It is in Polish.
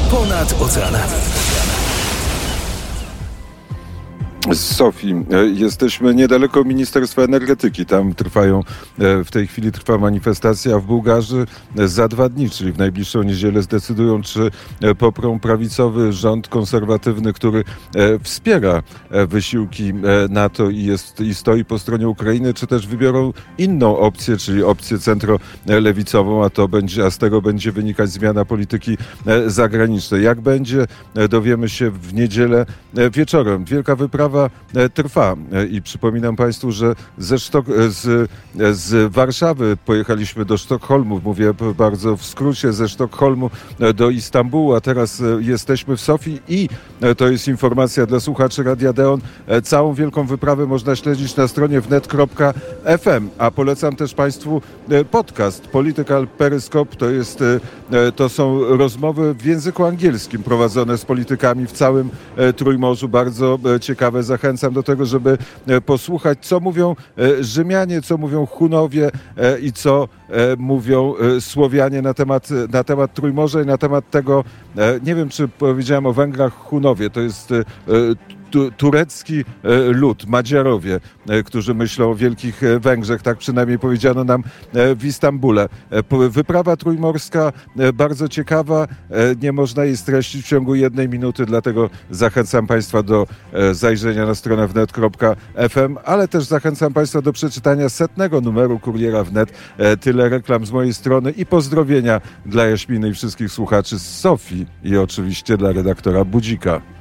Ponad oceanami. Z Sofii. Jesteśmy niedaleko Ministerstwa Energetyki. Tam w tej chwili trwa manifestacja w Bułgarzy. Za 2 dni, czyli w najbliższą niedzielę, zdecydują, czy poprą prawicowy rząd konserwatywny, który wspiera wysiłki NATO i stoi po stronie Ukrainy, czy też wybiorą inną opcję, czyli opcję centrolewicową, a z tego będzie wynikać zmiana polityki zagranicznej. Jak będzie, dowiemy się w niedzielę wieczorem. Wielka wyprawa trwa i przypominam Państwu, że z Warszawy pojechaliśmy do Sztokholmu, mówię bardzo w skrócie, ze Sztokholmu do Istambułu, a teraz jesteśmy w Sofii i to jest informacja dla słuchaczy Radia Deon. Całą wielką wyprawę można śledzić na stronie wnet.fm, a polecam też Państwu podcast Political Periscope. To są rozmowy w języku angielskim prowadzone z politykami w całym Trójmorzu. Bardzo ciekawe. Zachęcam do tego, żeby posłuchać, co mówią Rzymianie, co mówią Hunowie i co mówią Słowianie na temat Trójmorza i na temat tego, nie wiem, czy powiedziałem o Węgrach, Hunowie, to jest turecki lud, Madziarowie, którzy myślą o Wielkich Węgrzech, tak przynajmniej powiedziano nam w Istambule. Wyprawa trójmorska bardzo ciekawa, nie można jej streścić w ciągu 1 minuty, dlatego zachęcam Państwa do zajrzenia na stronę wnet.fm, ale też zachęcam Państwa do przeczytania 100. numeru Kuriera Wnet. Tyle reklam z mojej strony i pozdrowienia dla Jaśminy i wszystkich słuchaczy z Sofii i oczywiście dla redaktora Budzika.